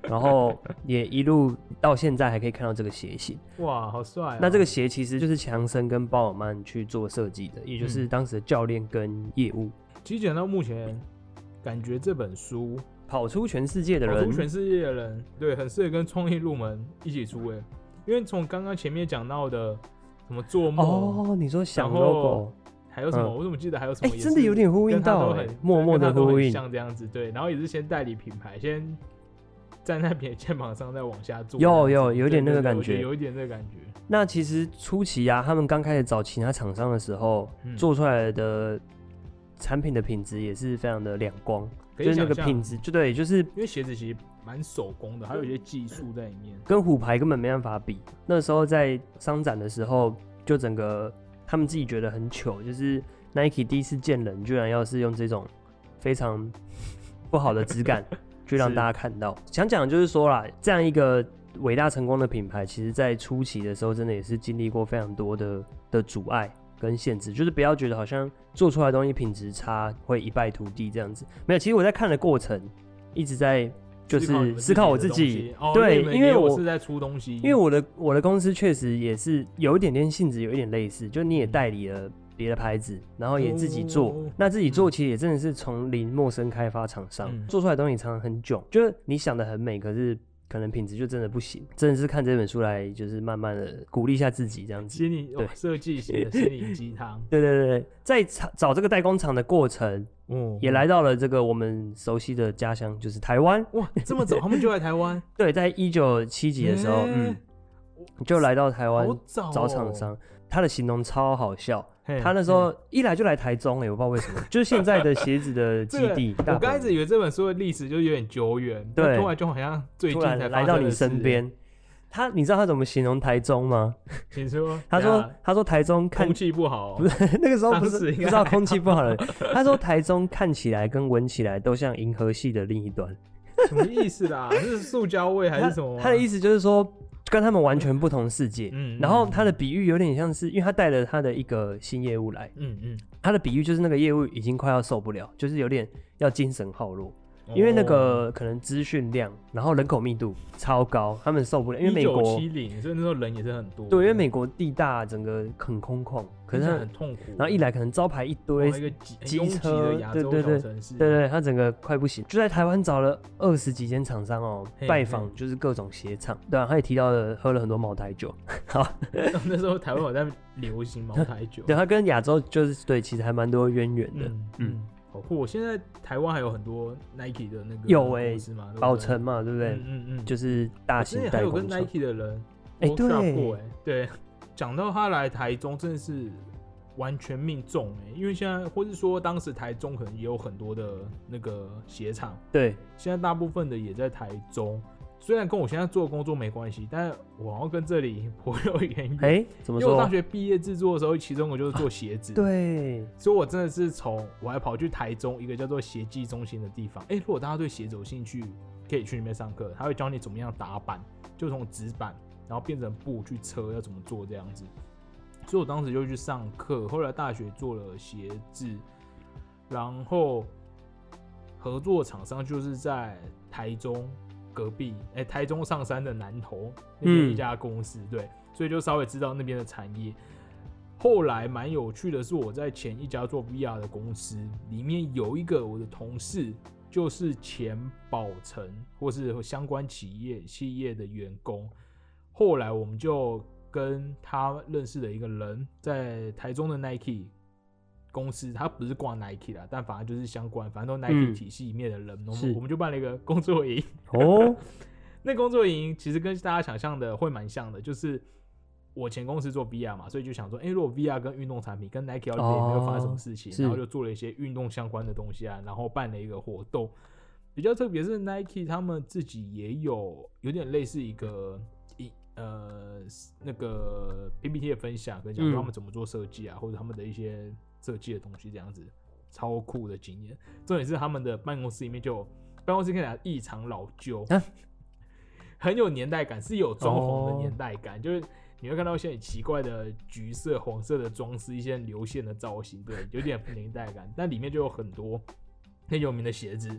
Speaker 2: 然后也一路到现在还可以看到这个鞋型。
Speaker 1: 哇，好帅啊！
Speaker 2: 那这个鞋其实就是强森跟鲍尔曼去做设计的，也就是当时的教练跟业务。嗯、
Speaker 1: 其实讲到目前，感觉这本书
Speaker 2: 跑出全世界的人，
Speaker 1: 跑出全世界的人，对，很适合跟创意入门一起出诶。因为从刚刚前面讲到的什么做梦
Speaker 2: 哦，你说想 logo。
Speaker 1: 还有什么？嗯、我怎么记得还有什么？
Speaker 2: 哎、欸，真的有点呼应到、欸，默默的呼应，
Speaker 1: 像这样子，对。然后也是先代理品牌，先站在别人肩膀上，再往下做。
Speaker 2: 有有有点那个感觉，
Speaker 1: 有一点那个感觉。
Speaker 2: 那其实初期啊，他们刚开始找其他厂商的时候，嗯、做出来的产品的品质也是非常的亮光，就是那个品质，就对，就是
Speaker 1: 因为鞋子其实蛮手工的，还有一些技术在里面，
Speaker 2: 跟虎牌根本没办法比。那时候在商展的时候，就整个。他们自己觉得很糗，就是 Nike 第一次见人，居然要是用这种非常不好的质感去让大家看到。想讲就是说啦，这样一个伟大成功的品牌，其实在初期的时候，真的也是经历过非常多的的阻碍跟限制。就是不要觉得好像做出来的东西品质差，会一败涂地这样子。没有，其实我在看的过程一直在。就是思考我自己，
Speaker 1: 哦、
Speaker 2: 对，因为我
Speaker 1: 是在出东西，
Speaker 2: 因为我的我的公司确实也是有一点点性质，有一点类似，就你也代理了别的牌子，然后也自己做，哦、那自己做其实也真的是从零陌生开发厂商、嗯、做出来的东西常常很囧，就是你想的很美，可是可能品质就真的不行。真的是看这本书来，就是慢慢的鼓励一下自己这样子。
Speaker 1: 心理设计型的心灵鸡汤，
Speaker 2: 对对对对，在找这个代工厂的过程。嗯，也来到了这个我们熟悉的家乡，就是台湾。
Speaker 1: 哇，这么早他们就来台湾？
Speaker 2: 对，在一九七几的时候，欸、嗯，就来到台湾找厂商。他的形容超好笑，他那时候一来就来台中、欸，哎，我不知道为什么，就是现在的鞋子的基地。
Speaker 1: 我刚开始以为这本书的历史就有点久远，对，突然就好像最近才
Speaker 2: 来到你身边。他，你知道他怎么形容台中吗？
Speaker 1: 请说。
Speaker 2: 他说：“他说台中看
Speaker 1: 空气不好，
Speaker 2: 不是那个时候不是不知道空气不好了。他说台中看起来跟闻起来都像银河系的另一端。
Speaker 1: 什么意思啦？是塑胶味还是什么？
Speaker 2: 他的意思就是说跟他们完全不同世界。嗯，然后他的比喻有点像是，因为他带了他的一个新业务来。嗯嗯，他的比喻就是那个业务已经快要受不了，就是有点要精神耗弱。”因为那个可能资讯量，然后人口密度超高，他们受不了。因为美国
Speaker 1: 一九七零，所以那时候人也是很多。
Speaker 2: 对，因为美国地大，整个很空旷，可是
Speaker 1: 很痛苦。
Speaker 2: 然后一来可能招牌一堆，
Speaker 1: 一个机车，
Speaker 2: 对对对，对对，他整个快不行。就在台湾找了二十几间厂商哦，拜访就是各种鞋厂。对啊，他也提到了喝了很多茅台酒。好，
Speaker 1: 那时候台湾有在流行茅台酒。
Speaker 2: 对，他跟亚洲就是对，其实还蛮多渊源的。嗯。嗯
Speaker 1: 好酷！我现在台湾还有很多 Nike 的那个
Speaker 2: 有哎、
Speaker 1: 欸，
Speaker 2: 宝成嘛，对不对？
Speaker 1: 嗯嗯嗯，
Speaker 2: 就是大型代工厂。
Speaker 1: 还有跟 Nike 的人
Speaker 2: 哎、欸，对
Speaker 1: 过哎、欸，对，讲到他来台中，真的是完全命中哎、欸，因为现在或是说当时台中可能也有很多的那个鞋厂，
Speaker 2: 对，
Speaker 1: 现在大部分的也在台中。虽然跟我现在做的工作没关系，但是我好像跟这里颇有渊源。
Speaker 2: 哎、欸，怎么说？
Speaker 1: 因为我大学毕业制作的时候，其中我就是做鞋子、啊。
Speaker 2: 对，
Speaker 1: 所以我真的是从我还跑去台中一个叫做鞋技中心的地方。哎、欸，如果大家对鞋子有兴趣，可以去那边上课，他会教你怎么样打板，就从纸板然后变成布去车要怎么做这样子。所以我当时就去上课，后来大学做了鞋子，然后合作厂商就是在台中。隔壁，哎、欸，台中上山的南投那边一家公司、嗯，对，所以就稍微知道那边的产业。后来蛮有趣的是，我在前一家做 V R 的公司里面有一个我的同事，就是前宝成或是相关企业企业的员工。后来我们就跟他认识的一个人，在台中的 Nike 公司，他不是挂 Nike 啦，但反正就是相关，反正都 Nike 体系里面的人，嗯、我, 们我们就办了一个工作营。哦，那工作营其实跟大家想象的会蛮像的，就是我前公司做 V R 嘛，所以就想说，哎、欸，如果 V R 跟运动产品跟 Nike 要联没有发生什么事情、哦，然后就做了一些运动相关的东西啊，然后办了一个活动。比较特别是 Nike 他们自己也有有点类似一个一呃那个 P P T 的分享，跟讲说他们怎么做设计啊、嗯，或者他们的一些设计的东西，这样子超酷的经验。重点是他们的办公室里面就有办公室看起来异常老旧、啊，很有年代感，是有装潢的年代感，哦、就是你会看到一些很奇怪的橘色、黄色的装饰，一些很流线的造型，对，有点年代感。但里面就有很多很有名的鞋子，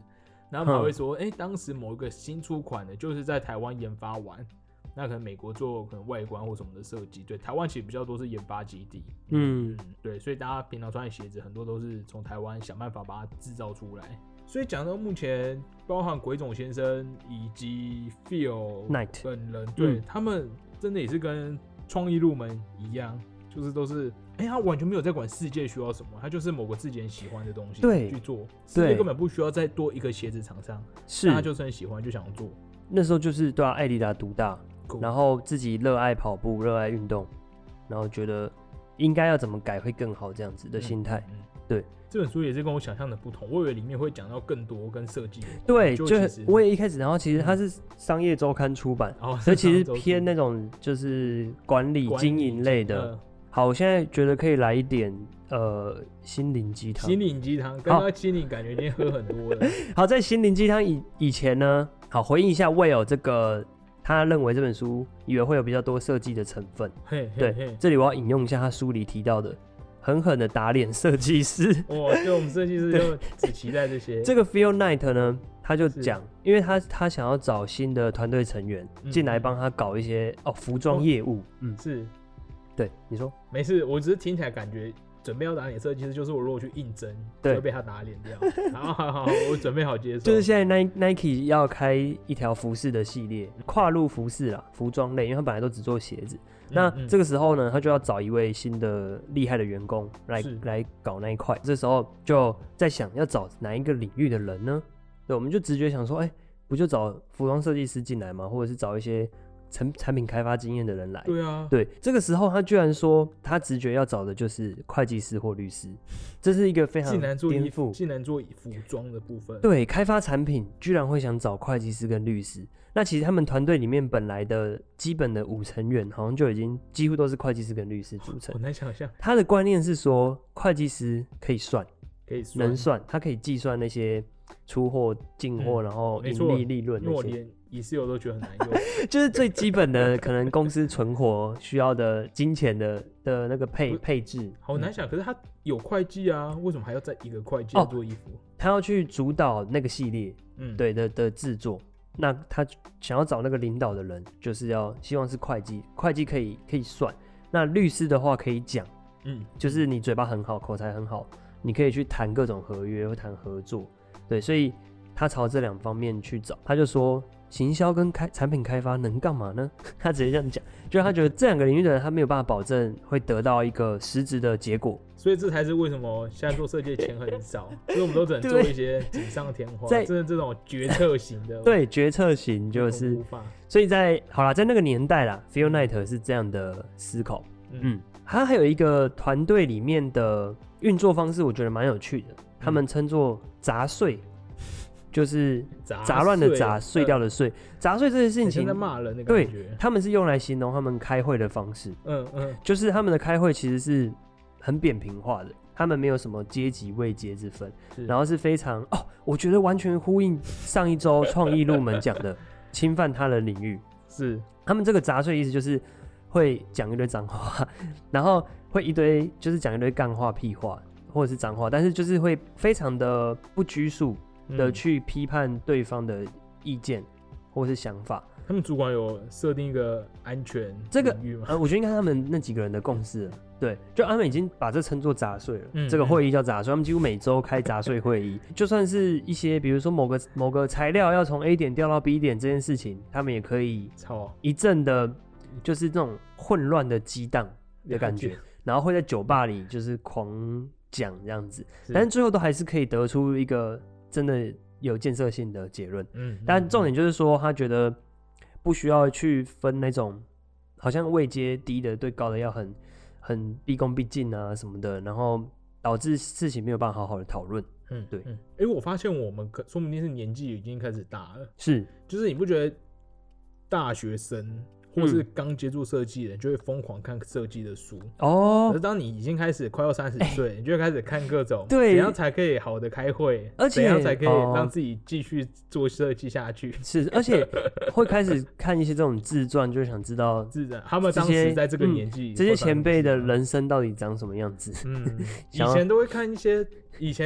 Speaker 1: 然后他们还会说，哎、欸，当时某一个新出款的，就是在台湾研发完，那可能美国做可能外观或什么的设计，对，台湾其实比较多是研发基地，嗯, 嗯，对，所以大家平常穿的鞋子很多都是从台湾想办法把它制造出来。所以讲到目前，包含鬼冢先生以及 Phil Knight 本人，对、嗯、他们真的也是跟创意入门一样，就是都是，哎、欸，他完全没有在管世界需要什么，他就是某个自己很喜欢的东西去做，世界根本不需要再多一个鞋子厂商，是他就是很喜欢就想做。
Speaker 2: 那时候就是对啊，艾迪达独大，然后自己热爱跑步，热爱运动，然后觉得应该要怎么改会更好这样子的心态、嗯嗯，对。
Speaker 1: 这本书也是跟我想象的不同，我以为里面会讲到更多跟设计。
Speaker 2: 对，就我也一开始，然后其实它是商业周刊出版，嗯、所以其实偏那种就是管理经营类的。呃、好，我现在觉得可以来一点呃心灵鸡汤。
Speaker 1: 心灵鸡汤，刚刚心灵感觉已经喝很多了。
Speaker 2: 好，在心灵鸡汤以以前呢，好回应一下 Will 这个，他认为这本书以为会有比较多设计的成分。嘿嘿嘿对，这里我要引用一下他书里提到的。狠狠的打脸设计师，
Speaker 1: 哇！就我们设计师就只期待这些。
Speaker 2: 这个 Phil Knight 呢，他就讲，因为他他想要找新的团队成员进来帮他搞一些哦服装业务，嗯，
Speaker 1: 是，
Speaker 2: 对，你说
Speaker 1: 没事，我只是听起来感觉准备要打脸设计师，就是我如果去应征，就会被他打脸掉。好好好，我准备好接受。
Speaker 2: 就是现在 Nike 要开一条服饰的系列，跨入服饰啦，服装类，因为他本来都只做鞋子。那这个时候呢，他就要找一位新的厉害的员工来来搞那一块。这时候就在想要找哪一个领域的人呢？对，我们就直觉想说，哎、欸，不就找服装设计师进来吗？或者是找一些产产品开发经验的人来？
Speaker 1: 对啊，
Speaker 2: 对。这个时候他居然说，他直觉要找的就是会计师或律师，这是一个非常颠覆，
Speaker 1: 竟然做服装的部分。
Speaker 2: 对，开发产品居然会想找会计师跟律师。那其实他们团队里面本来的基本的五成员，好像就已经几乎都是会计师跟律师组成。
Speaker 1: 我难想象。
Speaker 2: 他的观念是说，会计师可以算，
Speaker 1: 可以算，
Speaker 2: 能算，他可以计算那些出货、进货，嗯、然后盈利、利润那些。
Speaker 1: 因为我连Excel都觉得很难用。
Speaker 2: 就是最基本的，可能公司存活需要的金钱的的那个配配置。
Speaker 1: 好难想，嗯、可是他有会计啊，为什么还要再一个会计做衣服？哦、
Speaker 2: 他要去主导那个系列，嗯，对的的制作。那他想要找那个领导的人，就是要希望是会计，会计可以可以算。那律师的话可以讲，嗯，就是你嘴巴很好，口才很好，你可以去谈各种合约或谈合作，对，所以他朝这两方面去找。他就说，行销跟开产品开发能干嘛呢？他直接这样讲，就是他觉得这两个领域的人，他没有办法保证会得到一个实质的结果。
Speaker 1: 所以这才是为什么现在做设计的钱很少，所以我们都只能做一些锦上添花，真的这种决策型的。
Speaker 2: 对，决策型就是，所以在好啦，在那个年代啦 ，Phil Knight 是这样的思考。嗯，嗯他还有一个团队里面的运作方式，我觉得蛮有趣的，他们称作杂碎。就是杂乱的杂，碎掉的碎。杂碎这件事情，
Speaker 1: 在骂人的感
Speaker 2: 觉。对，他们是用来形容他们开会的方式。嗯嗯，就是他们的开会其实是很扁平化的，他们没有什么阶级位阶之分，然后是非常哦，我觉得完全呼应上一周创意入门讲的侵犯他人领域。是，他们这个杂碎意思就是会讲一堆脏话，然后会一堆就是讲一堆干话、屁话或者是脏话，但是就是会非常的不拘束。的去批判对方的意见或是想法。
Speaker 1: 他们主管有设定一个安全
Speaker 2: 这个
Speaker 1: 领域吗？
Speaker 2: 呃，我觉得应该是他们那几个人的共识了。对，就他们已经把这称作杂碎了、嗯。这个会议叫杂碎，他们几乎每周开杂碎会议。就算是一些比如说某个某个材料要从 A 点调到 B 点这件事情，他们也可以一阵的，就是这种混乱的激荡的感觉，然后会在酒吧里就是狂讲这样子，但是最后都还是可以得出一个真的有建设性的结论。嗯，但重点就是说，他觉得不需要去分那种好像位阶低的对高的要很很毕恭毕敬啊什么的，然后导致事情没有办法好好的讨论。嗯，对。哎、嗯
Speaker 1: 欸，我发现我们可说不定是年纪已经开始大了，
Speaker 2: 是，
Speaker 1: 就是你不觉得大学生或是刚接触设计的人就会疯狂看设计的书哦。可是当你已经开始快要三十岁，欸、你就会开始看各种对怎样才可以好的开会，而且怎样才可以让自己继续做设计下去。
Speaker 2: 是，而且会开始看一些这种自传，就想知道
Speaker 1: 自传他们当时在这个年纪、
Speaker 2: 嗯，这些前辈的人生到底长什么样子。嗯，
Speaker 1: 以前都会看一些以前。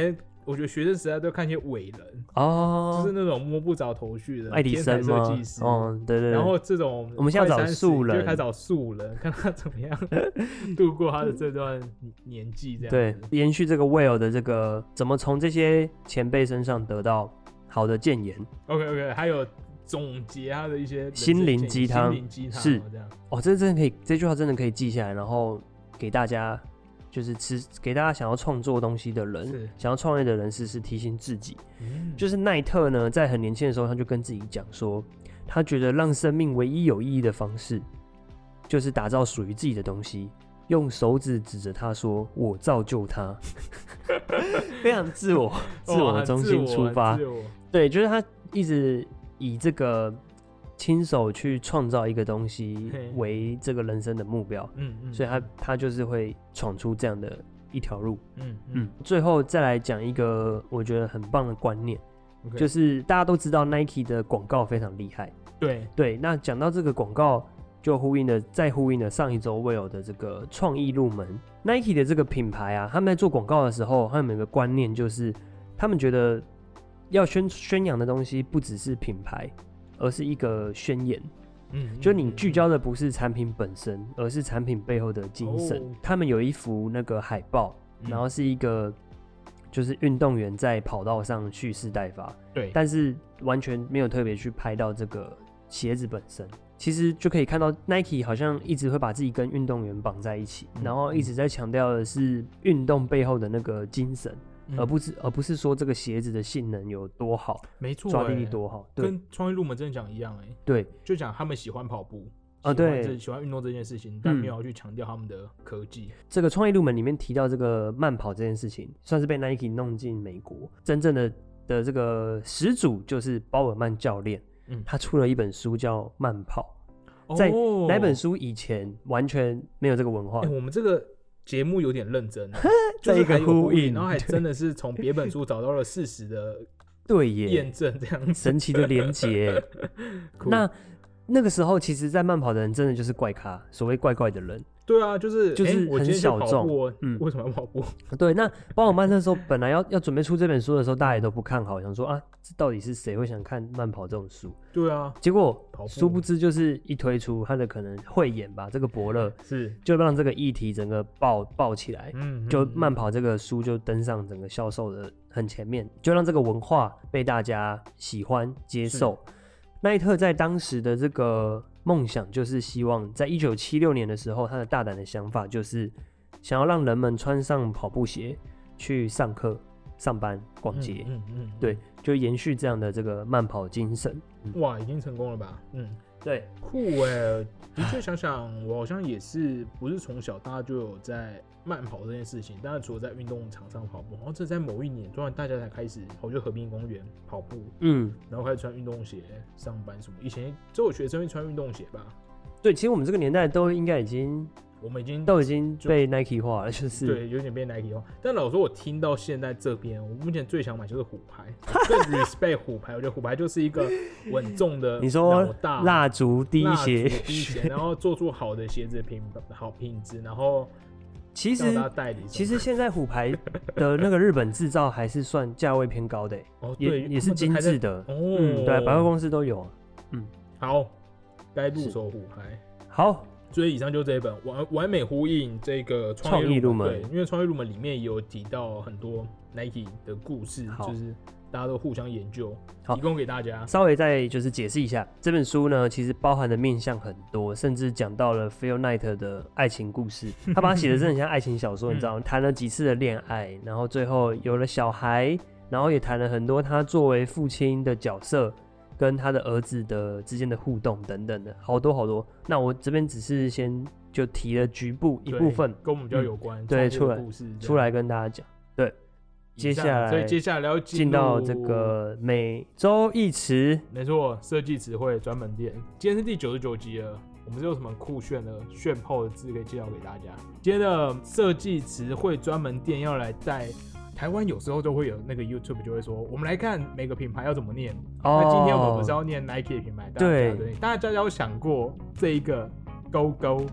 Speaker 1: 我觉得学生时代都看一些伟人
Speaker 2: 哦，
Speaker 1: 就是那种摸不着头绪的
Speaker 2: 爱迪生吗？
Speaker 1: 天才设计师，
Speaker 2: 哦，对 对, 對。
Speaker 1: 然后这种
Speaker 2: 我们现在找素人，
Speaker 1: 就开始找素人，看他怎么样度过他的这段年纪，这样
Speaker 2: 对，延续这个 Will 的这个怎么从这些前辈身上得到好的谏言。
Speaker 1: OK OK， 还有总结他的一些
Speaker 2: 心灵鸡汤，
Speaker 1: 心灵鸡汤
Speaker 2: 是
Speaker 1: 这样。
Speaker 2: 哦，这真的可以，这句话真的可以记下来，然后给大家。就是吃给大家想要创作东西的人，想要创业的人，时时提醒自己。嗯、就是奈特呢，在很年轻的时候，他就跟自己讲说，他觉得让生命唯一有意义的方式，就是打造属于自己的东西，用手指指着他说：“我造就他。”非常自我、自我的中心出发。对，就是他一直以这个。亲手去创造一个东西为这个人生的目标，嗯嗯，所以他他就是会闯出这样的一条路，嗯嗯。最后再来讲一个我觉得很棒的观念， okay. 就是大家都知道 Nike 的广告非常厉害，
Speaker 1: 对
Speaker 2: 对。那讲到这个广告，就呼应了再呼应了上一周 Will 的这个创意入门 Nike 的这个品牌啊，他们在做广告的时候，他们有一个观念，就是他们觉得要宣宣扬的东西不只是品牌。而是一个宣言，嗯，就你聚焦的不是产品本身，而是产品背后的精神。哦、他们有一幅那个海报，然后是一个就是运动员在跑道上蓄势待发，
Speaker 1: 对，
Speaker 2: 但是完全没有特别去拍到这个鞋子本身。其实就可以看到 Nike 好像一直会把自己跟运动员绑在一起，嗯、然后一直在强调的是运动背后的那个精神。而不是而不是说这个鞋子的性能有多好，
Speaker 1: 没错、欸，
Speaker 2: 抓地力多好，对，
Speaker 1: 跟创意入门真的讲一样哎、欸，
Speaker 2: 对，
Speaker 1: 就讲他们喜欢跑步，
Speaker 2: 啊、哦、对，
Speaker 1: 喜欢运动这件事情，但没有要去强调他们的科技、
Speaker 2: 嗯。这个创意入门里面提到这个慢跑这件事情，算是被 Nike 弄进美国，真正的的这个始祖就是鲍尔曼教练，嗯，他出了一本书叫《慢跑》，在那本书以前完全没有这个文化。
Speaker 1: 欸、我们这个。节目有点认真，
Speaker 2: 就是一个呼应，
Speaker 1: 然后还真的是从别本书找到了事实的
Speaker 2: 对耶
Speaker 1: 验证，这样子
Speaker 2: 神奇的连结。那那个时候，其实，在慢跑的人真的就是怪咖，所谓怪怪的人。
Speaker 1: 对啊，就是
Speaker 2: 就是很小众，
Speaker 1: 嗯，为什么要跑步？
Speaker 2: 对，那鲍尔曼那时候本来要要准备出这本书的时候，大家也都不看好，想说啊，这到底是谁会想看慢跑这种书？
Speaker 1: 对啊，
Speaker 2: 结果殊不知就是一推出，他的可能慧眼吧，这个伯乐
Speaker 1: 是
Speaker 2: 就让这个议题整个爆爆起来，嗯，就慢跑这个书就登上整个销售的很前面，就让这个文化被大家喜欢接受。奈特在当时的这个梦想就是希望在一九七六年的时候，他的大胆的想法就是想要让人们穿上跑步鞋去上课、上班、逛街，嗯嗯嗯，对，就延续这样的这个慢跑精神。
Speaker 1: 哇，已经成功了吧？嗯，
Speaker 2: 对，
Speaker 1: 酷哎！的确想想，我好像也是不是从小大家就有在慢跑这件事情，当然除了在运动场上跑步，然后这在某一年突然大家才开始跑去河滨公园跑步，嗯，然后开始穿运动鞋上班什么。以前只有学生会穿运动鞋吧？
Speaker 2: 对，其实我们这个年代都应该已经。
Speaker 1: 我们已经
Speaker 2: 都已经被 Nike 化了，就是
Speaker 1: 对，有点被 Nike 化。但老实说，我听到现在这边，我目前最想买就是虎牌，更 respect 虎牌。我觉得虎牌就是一个稳重的，
Speaker 2: 你说蜡烛滴血，
Speaker 1: 滴血，然后做出好的鞋子品好品质，然后
Speaker 2: 其实其实现在虎牌的那个日本制造还是算价位偏高的、欸，哦，对，也也是精致的，哦，嗯，对，百货公司都有，嗯，
Speaker 1: 好，该入手虎牌，
Speaker 2: 好。
Speaker 1: 所以以上就这一本完完美呼应这个创意入门，对，因为创意入门里面也有提到很多 Nike 的故事，就是大家都互相研究，提供给大家。
Speaker 2: 稍微再就是解释一下，这本书呢其实包含的面向很多，甚至讲到了 Phil Knight 的爱情故事，他把它写的真的很像爱情小说，你知道吗？谈了几次的恋爱，然后最后有了小孩，然后也谈了很多他作为父亲的角色。跟他的儿子的之间的互动等等的，好多好多。那我这边只是先就提了局部一部分，
Speaker 1: 跟我们比较有关，嗯、
Speaker 2: 对，出来
Speaker 1: 故事
Speaker 2: 出来跟大家讲。对，接下来，
Speaker 1: 所以接下来要
Speaker 2: 进到这个每周一词，
Speaker 1: 没错，设计词汇专门店。今天是第九十九集了，我们是有什么酷炫的炫炮的字可以介绍给大家？今天的设计词汇专门店要来带。台湾有时候都会有那个 YouTube 就会说，我们来看每个品牌要怎么念。哦、那今天我们不是要念 Nike 的品牌，
Speaker 2: 对，
Speaker 1: 大家有想过这一个勾勾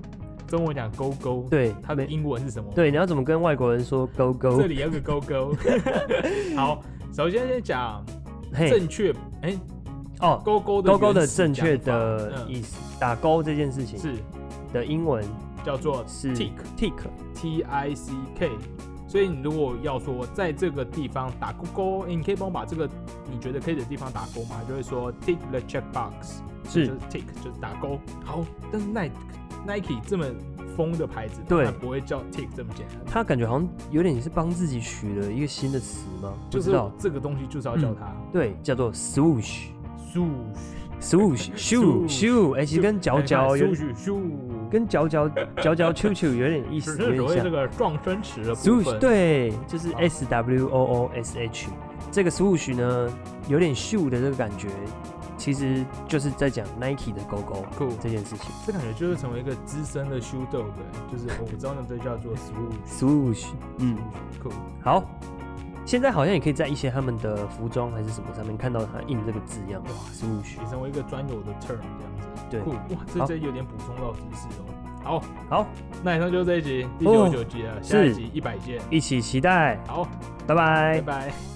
Speaker 1: 中文讲勾勾，
Speaker 2: 对，
Speaker 1: 它的英文是什么？
Speaker 2: 对，你要怎么跟外国人说勾勾？
Speaker 1: 这里有个勾勾。好，首先先讲正确，哎、欸，
Speaker 2: 哦，
Speaker 1: 勾勾的
Speaker 2: 勾勾的正确的意思，嗯、打勾这件事情
Speaker 1: 是
Speaker 2: 的英文
Speaker 1: 叫做
Speaker 2: 是
Speaker 1: tick
Speaker 2: tick
Speaker 1: t i c k。所以你如果要说在这个地方打勾勾，欸、你可以帮我把这个你觉得可以的地方打勾吗？就会说 tick the check box，
Speaker 2: 是
Speaker 1: 就是 tick 就是打勾。好，但是 Nike Nike 这么疯的牌子，
Speaker 2: 对，
Speaker 1: 不会叫 tick 这么简单。
Speaker 2: 他感觉好像有点是帮自己取了一个新的词吗？
Speaker 1: 就是这个东西就是要叫它，嗯、
Speaker 2: 对，叫做 swoosh
Speaker 1: swoosh
Speaker 2: swoosh shoe shoe， 哎、欸，其实跟脚脚有
Speaker 1: shoe
Speaker 2: 跟脚脚脚脚 球球有点意思，
Speaker 1: 有点像。这个撞声词的部分
Speaker 2: swoosh 对，就是 S W O O S H。这个 swoosh 呢，有点 shoe 的这个感觉，其实就是在讲 Nike 的勾勾这件事情。
Speaker 1: 这感觉就是成为一个资深的 shoe dog， 就是我知道那这叫做 swoosh
Speaker 2: swoosh， 嗯，
Speaker 1: 酷。
Speaker 2: 好。现在好像也可以在一些他们的服装还是什么上面看到它印这个字样，哇 ，swoosh
Speaker 1: 也成为一个专有的 term 这样子，
Speaker 2: 对，
Speaker 1: 酷，哇，这这有点补充到知识哦。好，
Speaker 2: 好，
Speaker 1: 那以上就是这一集第九十九集了，哦、下一集一百件，
Speaker 2: 一起期待。
Speaker 1: 好，
Speaker 2: 拜拜，
Speaker 1: 拜拜。